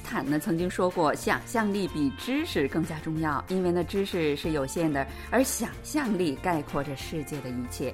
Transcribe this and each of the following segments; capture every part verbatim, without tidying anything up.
坦呢曾经说过，想象力比知识更加重要，因为呢知识是有限的，而想象力概括着世界的一切。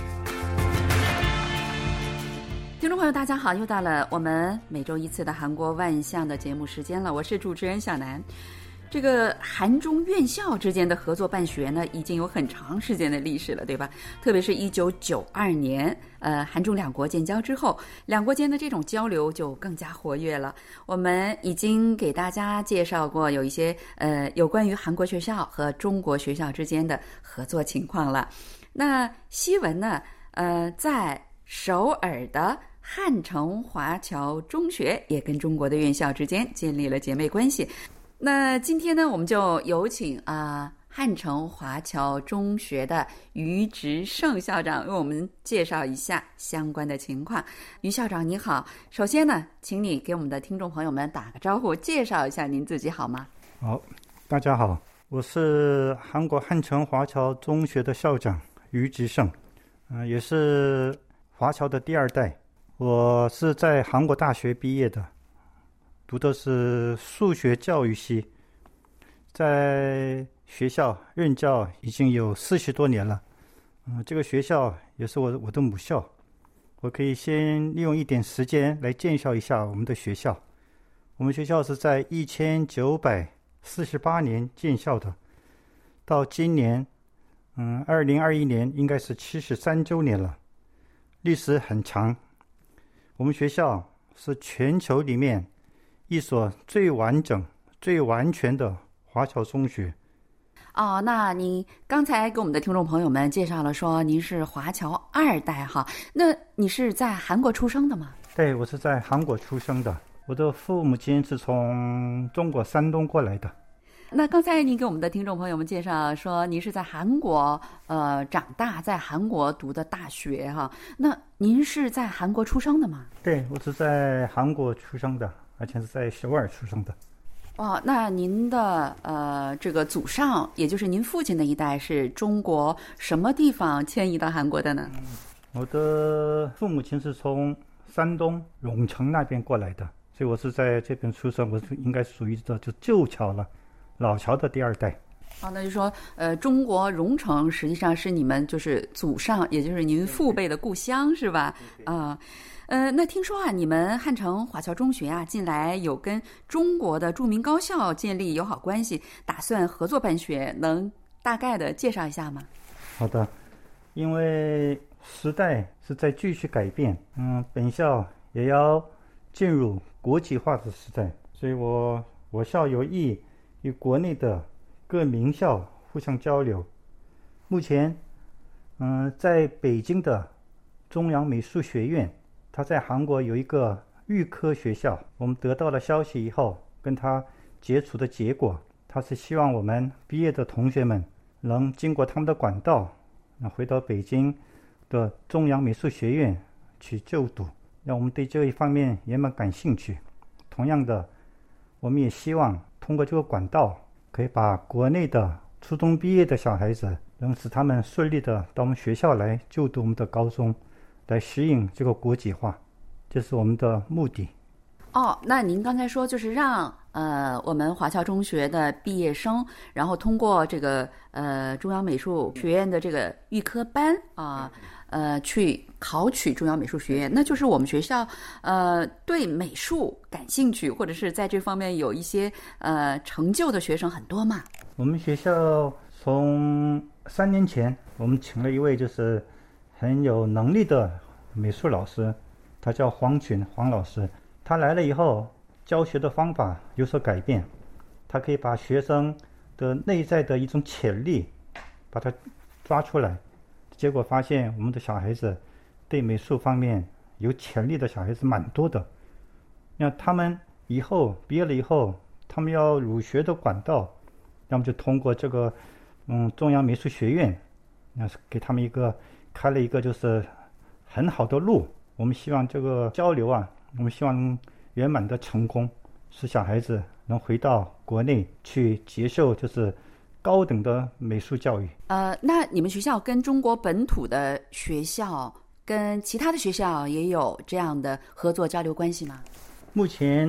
听众朋友大家好，又到了我们每周一次的韩国万象的节目时间了，我是主持人小南。这个韩中院校之间的合作办学呢，已经有很长时间的历史了，对吧？特别是一九九二年，呃，韩中两国建交之后，两国间的这种交流就更加活跃了。我们已经给大家介绍过有一些呃有关于韩国学校和中国学校之间的合作情况了。那西文呢，呃，在首尔的汉城华侨中学也跟中国的院校之间建立了姐妹关系。那今天呢，我们就有请啊、呃、汉城华侨中学的于植胜校长为我们介绍一下相关的情况。于校长你好，首先呢，请你给我们的听众朋友们打个招呼，介绍一下您自己好吗？ 好，大家好，我是韩国汉城华侨中学的校长于植胜，呃，也是华侨的第二代。我是在韩国大学毕业的，读的是数学教育系，在学校任教已经有四十多年了。嗯、呃，这个学校也是我我的母校。我可以先利用一点时间来介绍一下我们的学校。我们学校是在一千九百四十八年建校的，到今年，嗯，二零二一年应该是七十三周年了，历史很长。我们学校是全球里面一所最完整、最完全的华侨中学。 哦，那您刚才给我们的听众朋友们介绍了说您是华侨二代哈，那你是在韩国出生的吗？ 对，我是在韩国出生的，我的父母亲是从中国山东过来的。 那刚才您给我们的听众朋友们介绍说您是在韩国呃长大，在韩国读的大学哈，那您是在韩国出生的吗？ 对，我是在韩国出生的，而且是在首尔出生的。 哦，那您的呃这个祖上，也就是您父亲那一代，是中国什么地方迁移到韩国的呢？ 嗯、我的父母亲是从山东荣成那边过来的，所以我是在这边出生，我是应该属于这就旧侨了。老侨的第二代。 好、哦，那就说，呃，中国荣成实际上是你们就是祖上，也就是您父辈的故乡，是吧？啊，呃，那听说啊，你们汉城华侨中学啊，近来有跟中国的著名高校建立友好关系，打算合作办学，能大概的介绍一下吗？ 好的，因为时代是在继续改变，嗯，本校也要进入国际化的时代，所以我我校有意与国内的各名校互相交流。目前，嗯、呃，在北京的中央美术学院，它在韩国有一个预科学校。我们得到了消息以后，跟他接触的结果，他是希望我们毕业的同学们能经过他们的管道，那回到北京的中央美术学院去就读。让我们对这一方面也蛮感兴趣。同样的，我们也希望通过这个管道，可以把国内的初中毕业的小孩子，能使他们顺利的到我们学校来就读我们的高中，来适应这个国际化，这是我们的目的。 哦，那您刚才说就是让呃我们华侨中学的毕业生，然后通过这个呃中央美术学院的这个预科班啊。呃，去考取中央美术学院，那就是我们学校呃对美术感兴趣，或者是在这方面有一些呃成就的学生很多嘛。 我们学校从三年前，我们请了一位就是很有能力的美术老师，他叫黄群黄老师。他来了以后，教学的方法有所改变，他可以把学生的内在的一种潜力，把它抓出来。结果发现我们的小孩子对美术方面有潜力的小孩子蛮多的。那他们以后毕业了以后，他们要入学的管道，要么就通过这个嗯中央美术学院，那是给他们一个开了一个就是很好的路。我们希望这个交流啊，我们希望圆满的成功，使小孩子能回到国内去接受就是高等的美术教育。 呃，那你们学校跟中国本土的学校跟其他的学校也有这样的合作交流关系吗？ 目前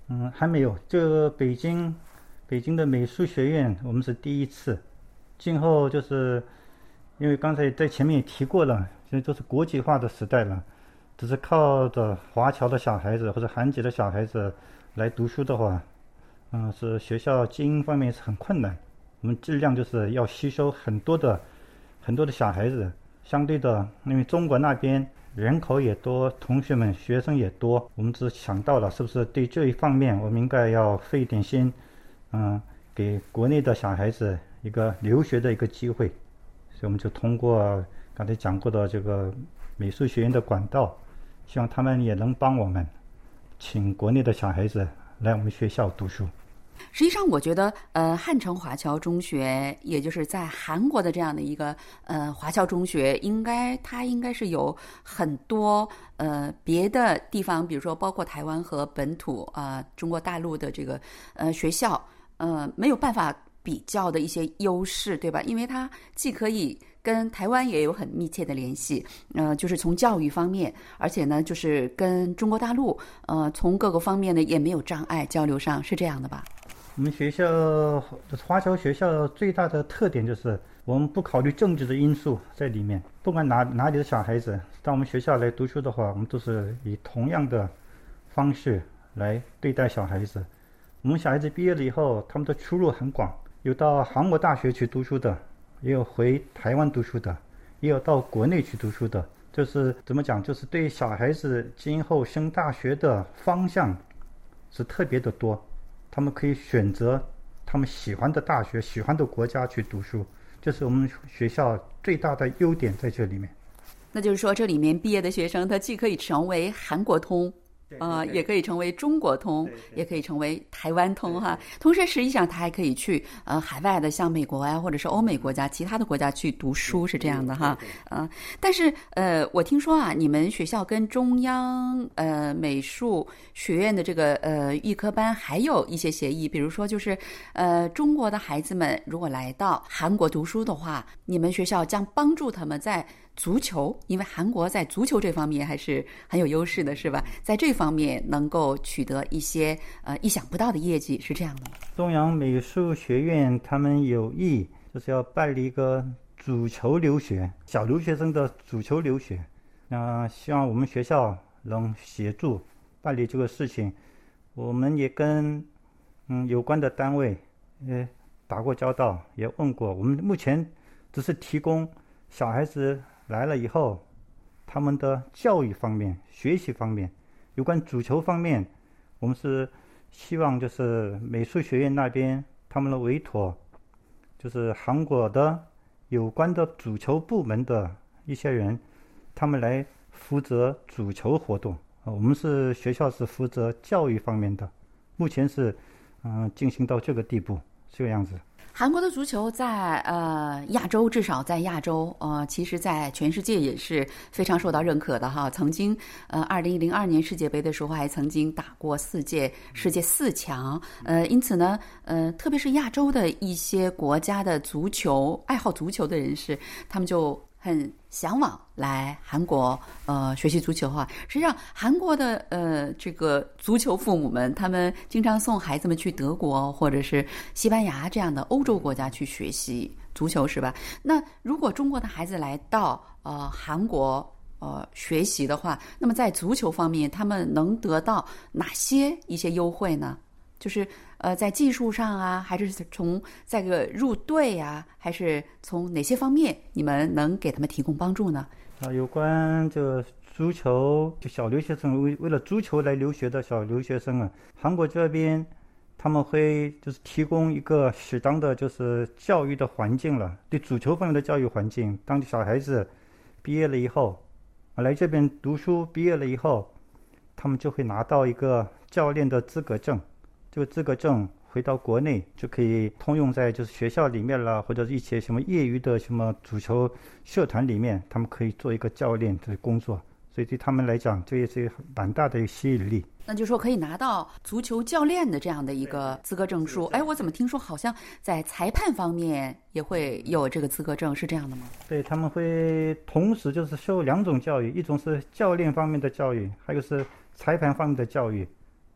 嗯，还没有。这个北京北京的美术学院我们是第一次，今后就是因为刚才在前面也提过了，现在都是国际化的时代了，只是靠着华侨的小孩子或者韩籍的小孩子来读书的话，嗯，是学校经营方面是很困难。我们质量就是要吸收很多的很多的小孩子，相对的，因为中国那边人口也多，同学们学生也多，我们只想到了是不是对这一方面我们应该要费一点心，嗯，给国内的小孩子一个留学的一个机会，所以我们就通过刚才讲过的这个美术学院的管道，希望他们也能帮我们请国内的小孩子来我们学校读书。 实际上，我觉得，呃，汉城华侨中学，也就是在韩国的这样的一个呃华侨中学，应该它应该是有很多呃别的地方，比如说包括台湾和本土啊、呃、中国大陆的这个呃学校，呃没有办法比较的一些优势，对吧？因为它既可以跟台湾也有很密切的联系，呃，就是从教育方面，而且呢，就是跟中国大陆，呃，从各个方面呢也没有障碍，交流上是这样的吧？ 我们学校华侨学校最大的特点就是我们不考虑政治的因素在里面，不管哪哪里的小孩子到我们学校来读书的话，我们都是以同样的方式来对待小孩子。我们小孩子毕业了以后，他们的出路很广，有到韩国大学去读书的，也有回台湾读书的，也有到国内去读书的。就是怎么讲，就是对小孩子今后升大学的方向是特别的多，他们可以选择他们喜欢的大学、喜欢的国家去读书，这是我们学校最大的优点在这里面。 那就是说，这里面毕业的学生，他既可以成为韩国通，呃，也可以成为中国通，也可以成为台湾通哈。同时，实际上他还可以去呃海外的，像美国啊，或者是欧美国家、其他的国家去读书，是这样的哈。呃，但是呃，我听说啊，你们学校跟中央呃美术学院的这个呃预科班还有一些协议，比如说就是呃中国的孩子们如果来到韩国读书的话，你们学校将帮助他们在足球，因为韩国在足球这方面还是很有优势的，是吧？在这方面能够取得一些呃意想不到的业绩，是这样的吗？ 中央美术学院他们有意就是要办理一个足球留学，小留学生的足球留学，那、呃、希望我们学校能协助办理这个事情。我们也跟嗯有关的单位也打过交道，也问过，我们目前只是提供小孩子来了以后他们的教育方面、学习方面，有关足球方面，我们是希望就是美术学院那边他们的委托，就是韩国的有关的足球部门的一些人，他们来负责足球活动。我们是学校是负责教育方面的，目前是嗯、呃、进行到这个地步，这个样子。 韩国的足球在呃亚洲，至少在亚洲，呃，其实在全世界也是非常受到认可的哈。曾经呃，二零零二年世界杯的时候，还曾经打过四届世界四强。呃，因此呢，呃，特别是亚洲的一些国家的足球爱好足球的人士，他们就很向往来韩国呃学习足球哈。实际上，韩国的呃这个足球父母们，他们经常送孩子们去德国或者是西班牙这样的欧洲国家去学习足球，是吧？那如果中国的孩子来到呃韩国呃学习的话，那么在足球方面，他们能得到哪些一些优惠呢？就是呃，在技术上啊，还是从在个入队啊，还是从哪些方面，你们能给他们提供帮助呢？ 啊，有关这个足球，就小留学生为为了足球来留学的小留学生啊，韩国这边他们会就是提供一个适当的就是教育的环境了，对足球方面的教育环境。当小孩子毕业了以后，啊来这边读书，毕业了以后，他们就会拿到一个教练的资格证。这个资格证回到国内就可以通用在就是学校里面了，或者一些什么业余的什么足球社团里面，他们可以做一个教练的工作，所以对他们来讲，这也是蛮大的一个吸引力。 那就是说可以拿到足球教练的这样的一个资格证书。哎，我怎么听说好像在裁判方面也会有这个资格证，是这样的吗？ 对，他们会同时就是受两种教育，一种是教练方面的教育，还有是裁判方面的教育。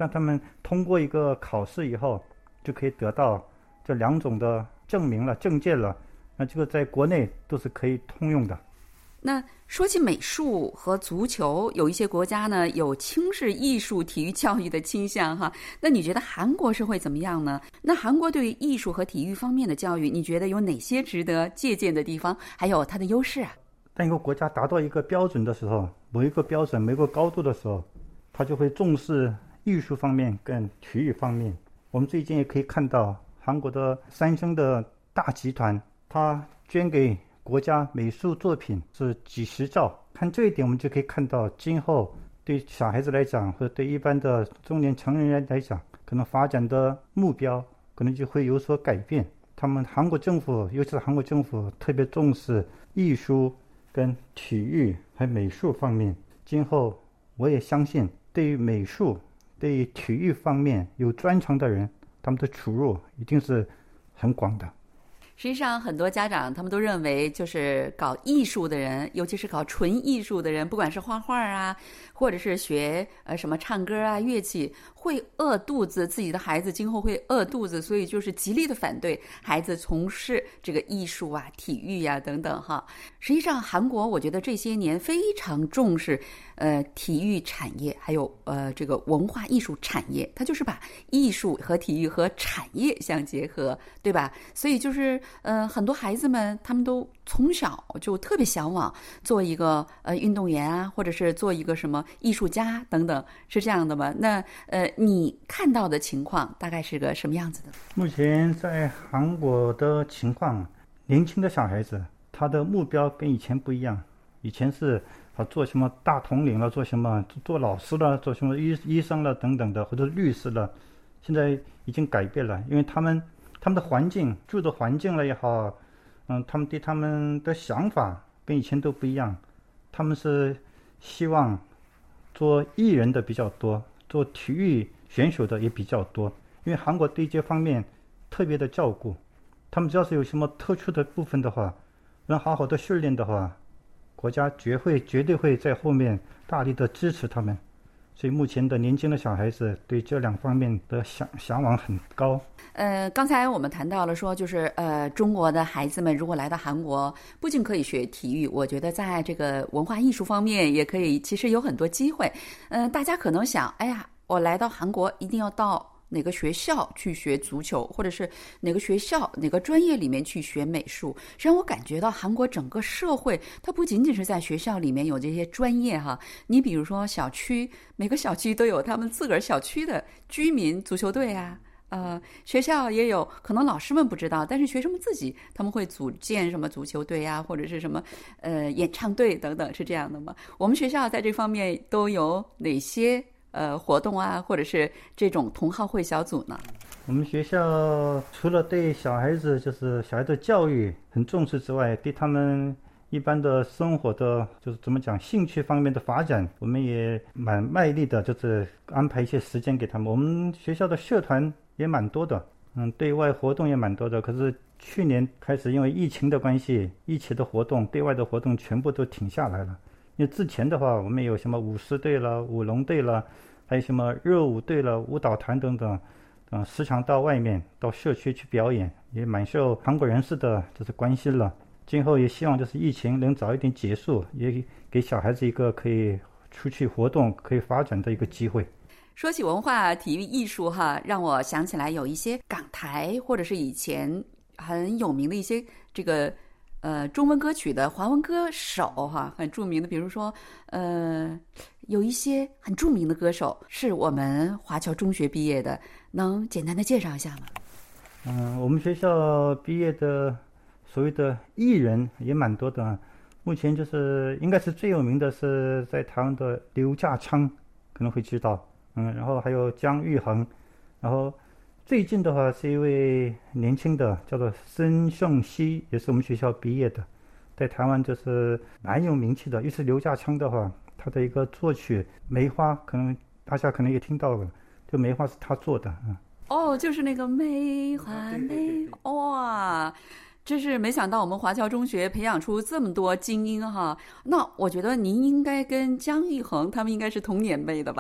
但他们通过一个考试以后，就可以得到这两种的证明了、证件了。那这个在国内都是可以通用的。 那说起美术和足球，有一些国家呢有轻视艺术体育教育的倾向哈。那你觉得韩国是会怎么样呢？那韩国对于艺术和体育方面的教育，你觉得有哪些值得借鉴的地方，还有它的优势啊？ 当一个国家达到一个标准的时候，某一个标准、某一个高度的时候，它就会重视艺术方面跟体育方面。我们最近也可以看到，韩国的三星的大集团，它捐给国家美术作品是几十兆。看这一点，我们就可以看到，今后对小孩子来讲，或者对一般的中年成人来讲，可能发展的目标可能就会有所改变。他们韩国政府，尤其是韩国政府，特别重视艺术跟体育还有美术方面。今后我也相信，对于美术、对于体育方面有专长的人，他们的出路一定是很广的。 实际上，很多家长他们都认为，就是搞艺术的人，尤其是搞纯艺术的人，不管是画画啊，或者是学呃什么唱歌啊、乐器，会饿肚子，自己的孩子今后会饿肚子，所以就是极力的反对孩子从事这个艺术啊、体育呀、啊、等等哈。实际上，韩国我觉得这些年非常重视呃体育产业，还有呃这个文化艺术产业，它就是把艺术和体育和产业相结合，对吧？所以就是呃很多孩子们他们都从小就特别向往做一个呃运动员啊，或者是做一个什么艺术家等等，是这样的吗？那呃你看到的情况大概是个什么样子的？ 目前在韩国的情况，年轻的小孩子他的目标跟以前不一样。以前是啊做什么大统领了，做什么做老师了，做什么医医生了等等的，或者律师了。现在已经改变了，因为他们他们的环境住的环境了也好，嗯，他们对他们的想法跟以前都不一样。他们是希望做艺人的比较多，做体育选手的也比较多，因为韩国对这方面特别的照顾。他们只要是有什么特殊的部分的话，能好好的训练的话，国家绝会绝对会在后面大力的支持他们。所以目前的年轻的小孩子对这两方面的向向往很高。 呃，刚才我们谈到了说，就是呃，中国的孩子们如果来到韩国，不仅可以学体育，我觉得在这个文化艺术方面也可以，其实有很多机会。嗯、呃，大家可能想，哎呀，我来到韩国一定要到哪个学校去学足球，或者是哪个学校哪个专业里面去学美术。实际上我感觉到韩国整个社会它不仅仅是在学校里面有这些专业哈，你比如说小区，每个小区都有他们自个儿小区的居民足球队啊，呃，学校也有，可能老师们不知道，但是学生们自己他们会组建什么足球队啊，或者是什么呃演唱队等等，是这样的吗？我们学校在这方面都有哪些呃活动啊，或者是这种同好会小组呢？ 我们学校除了对小孩子就是小孩子教育很重视之外，对他们一般的生活的就是怎么讲兴趣方面的发展，我们也蛮卖力的，就是安排一些时间给他们。我们学校的社团也蛮多的，嗯，对外活动也蛮多的。可是去年开始因为疫情的关系，一起的活动对外的活动全部都停下来了。因为之前的话我们有什么舞狮队了、舞龙队了，还有什么热舞队了、舞蹈团等等，嗯，时常到外面到社区去表演，也蛮受韩国人士的就是关心了。今后也希望就是疫情能早一点结束，也给小孩子一个可以出去活动可以发展的一个机会。 说起文化体育艺术哈，让我想起来有一些港台或者是以前很有名的一些这个呃中文歌曲的华文歌手哈，很著名的，比如说呃有一些很著名的歌手是我们华侨中学毕业的，能简单的介绍一下吗？ 嗯，我们学校毕业的所谓的艺人也蛮多的，目前就是应该是最有名的是在台湾的刘家昌，可能会知道，嗯，然后还有姜育恒，然后最近的话是一位年轻的叫做申胜熙，也是我们学校毕业的，在台湾就是蛮有名气的。尤其是刘家昌的话，他的一个作曲《梅花》，可能大家可能也听到了，这《梅花》是他做的，嗯。 哦，就是那个梅花梅花，哇！真是没想到我们华侨中学培养出这么多精英哈。那我觉得您应该跟姜育恒他们应该是同年辈的吧？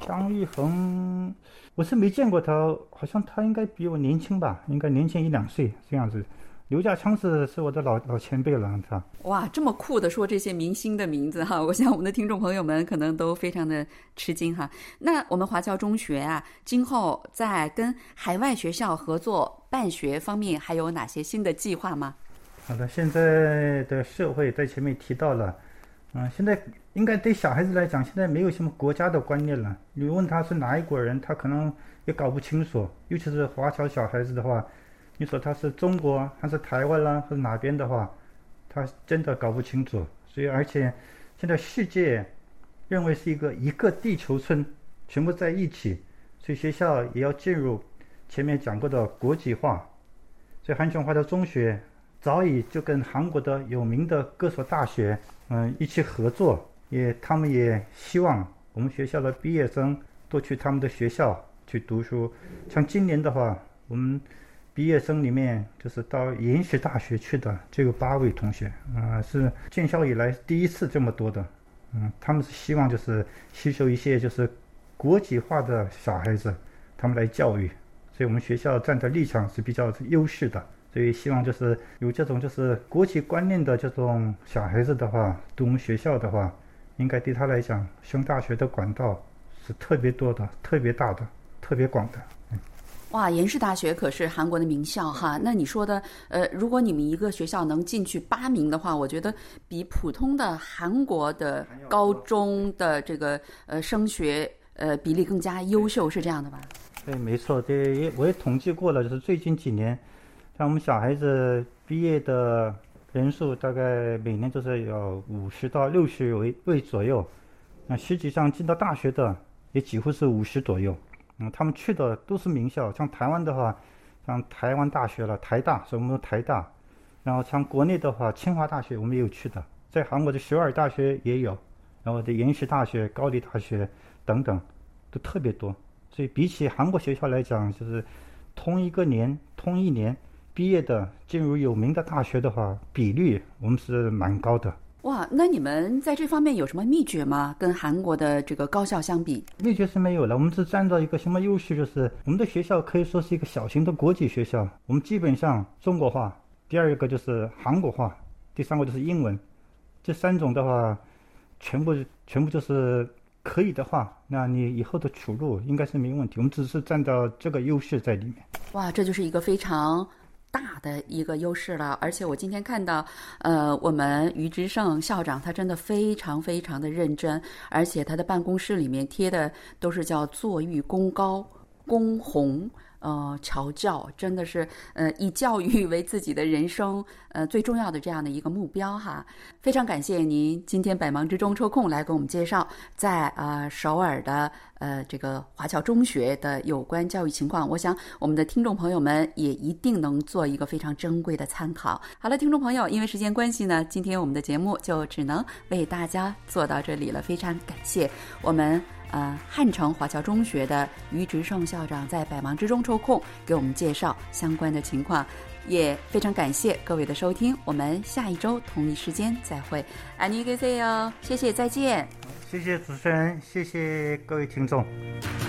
张玉衡，我是没见过他，好像他应该比我年轻吧，应该年轻一两岁这样子。刘家昌是是我的老老前辈了，他。 哇，这么酷的说这些明星的名字哈，我想我们的听众朋友们可能都非常的吃惊哈。那我们华侨中学啊，今后在跟海外学校合作办学方面还有哪些新的计划吗？ 好的，现在的社会在前面提到了，嗯、呃，现在应该对小孩子来讲，现在没有什么国家的观念了。你问他是哪一国人，他可能也搞不清楚，尤其是华侨小孩子的话。你说他是中国还是台湾啦，还是哪边的话，他真的搞不清楚。所以，而且现在世界认为是一个一个地球村，全部在一起，所以学校也要进入前面讲过的国际化。所以汉中华侨中学早已就跟韩国的有名的各所大学，嗯，一起合作，也他们也希望我们学校的毕业生多去他们的学校去读书。像今年的话，我们毕业生里面就是到延世大学去的，只有八位同学啊、呃，是建校以来第一次这么多的。嗯，他们是希望就是吸收一些就是国际化的小孩子，他们来教育。所以我们学校站的立场是比较优势的，所以希望就是有这种就是国际观念的这种小孩子的话，读我们学校的话，应该对他来讲，升大学的管道是特别多的、特别大的、特别广的。嗯。 哇，延世大学可是韩国的名校哈。那你说的，呃，如果你们一个学校能进去八名的话，我觉得比普通的韩国的高中的这个呃升学呃比例更加优秀，是这样的吧？ 对，没错，对，我也统计过了，就是最近几年，像我们小孩子毕业的人数，大概每年都是有五十到六十位位左右。那实际上进到大学的也几乎是五十左右。嗯，他们去的都是名校，像台湾的话，像台湾大学了，台大，所以我们台大。然后像国内的话，清华大学我们也有去的，在韩国的首尔大学也有，然后的延世大学、高丽大学等等，都特别多。所以比起韩国学校来讲，就是同一个年、同一年毕业的进入有名的大学的话，比率我们是蛮高的。 哇，那你们在这方面有什么秘诀吗？跟韩国的这个高校相比？ 秘诀是没有了，我们是占到一个什么优势，就是我们的学校可以说是一个小型的国际学校，我们基本上中国化，第二个就是韩国化，第三个就是英文，这三种的话，全部全部就是可以的话，那你以后的出路应该是没问题。我们只是占到这个优势在里面。 哇，这就是一个非常大的一个优势了。而且我今天看到呃，我们于之胜校长他真的非常非常的认真，而且他的办公室里面贴的都是叫坐育功高公弘呃侨教，真的是呃以教育为自己的人生呃最重要的这样的一个目标哈。非常感谢您今天百忙之中抽空来给我们介绍在呃首尔的呃这个华侨中学的有关教育情况，我想我们的听众朋友们也一定能做一个非常珍贵的参考。好了，听众朋友，因为时间关系呢，今天我们的节目就只能为大家做到这里了，非常感谢我们呃，汉城华侨中学的于直胜校长在百忙之中抽空给我们介绍相关的情况，也非常感谢各位的收听，我们下一周同一时间再会。안녕히 계세요，谢谢，再见。 谢谢主持人，谢谢各位听众。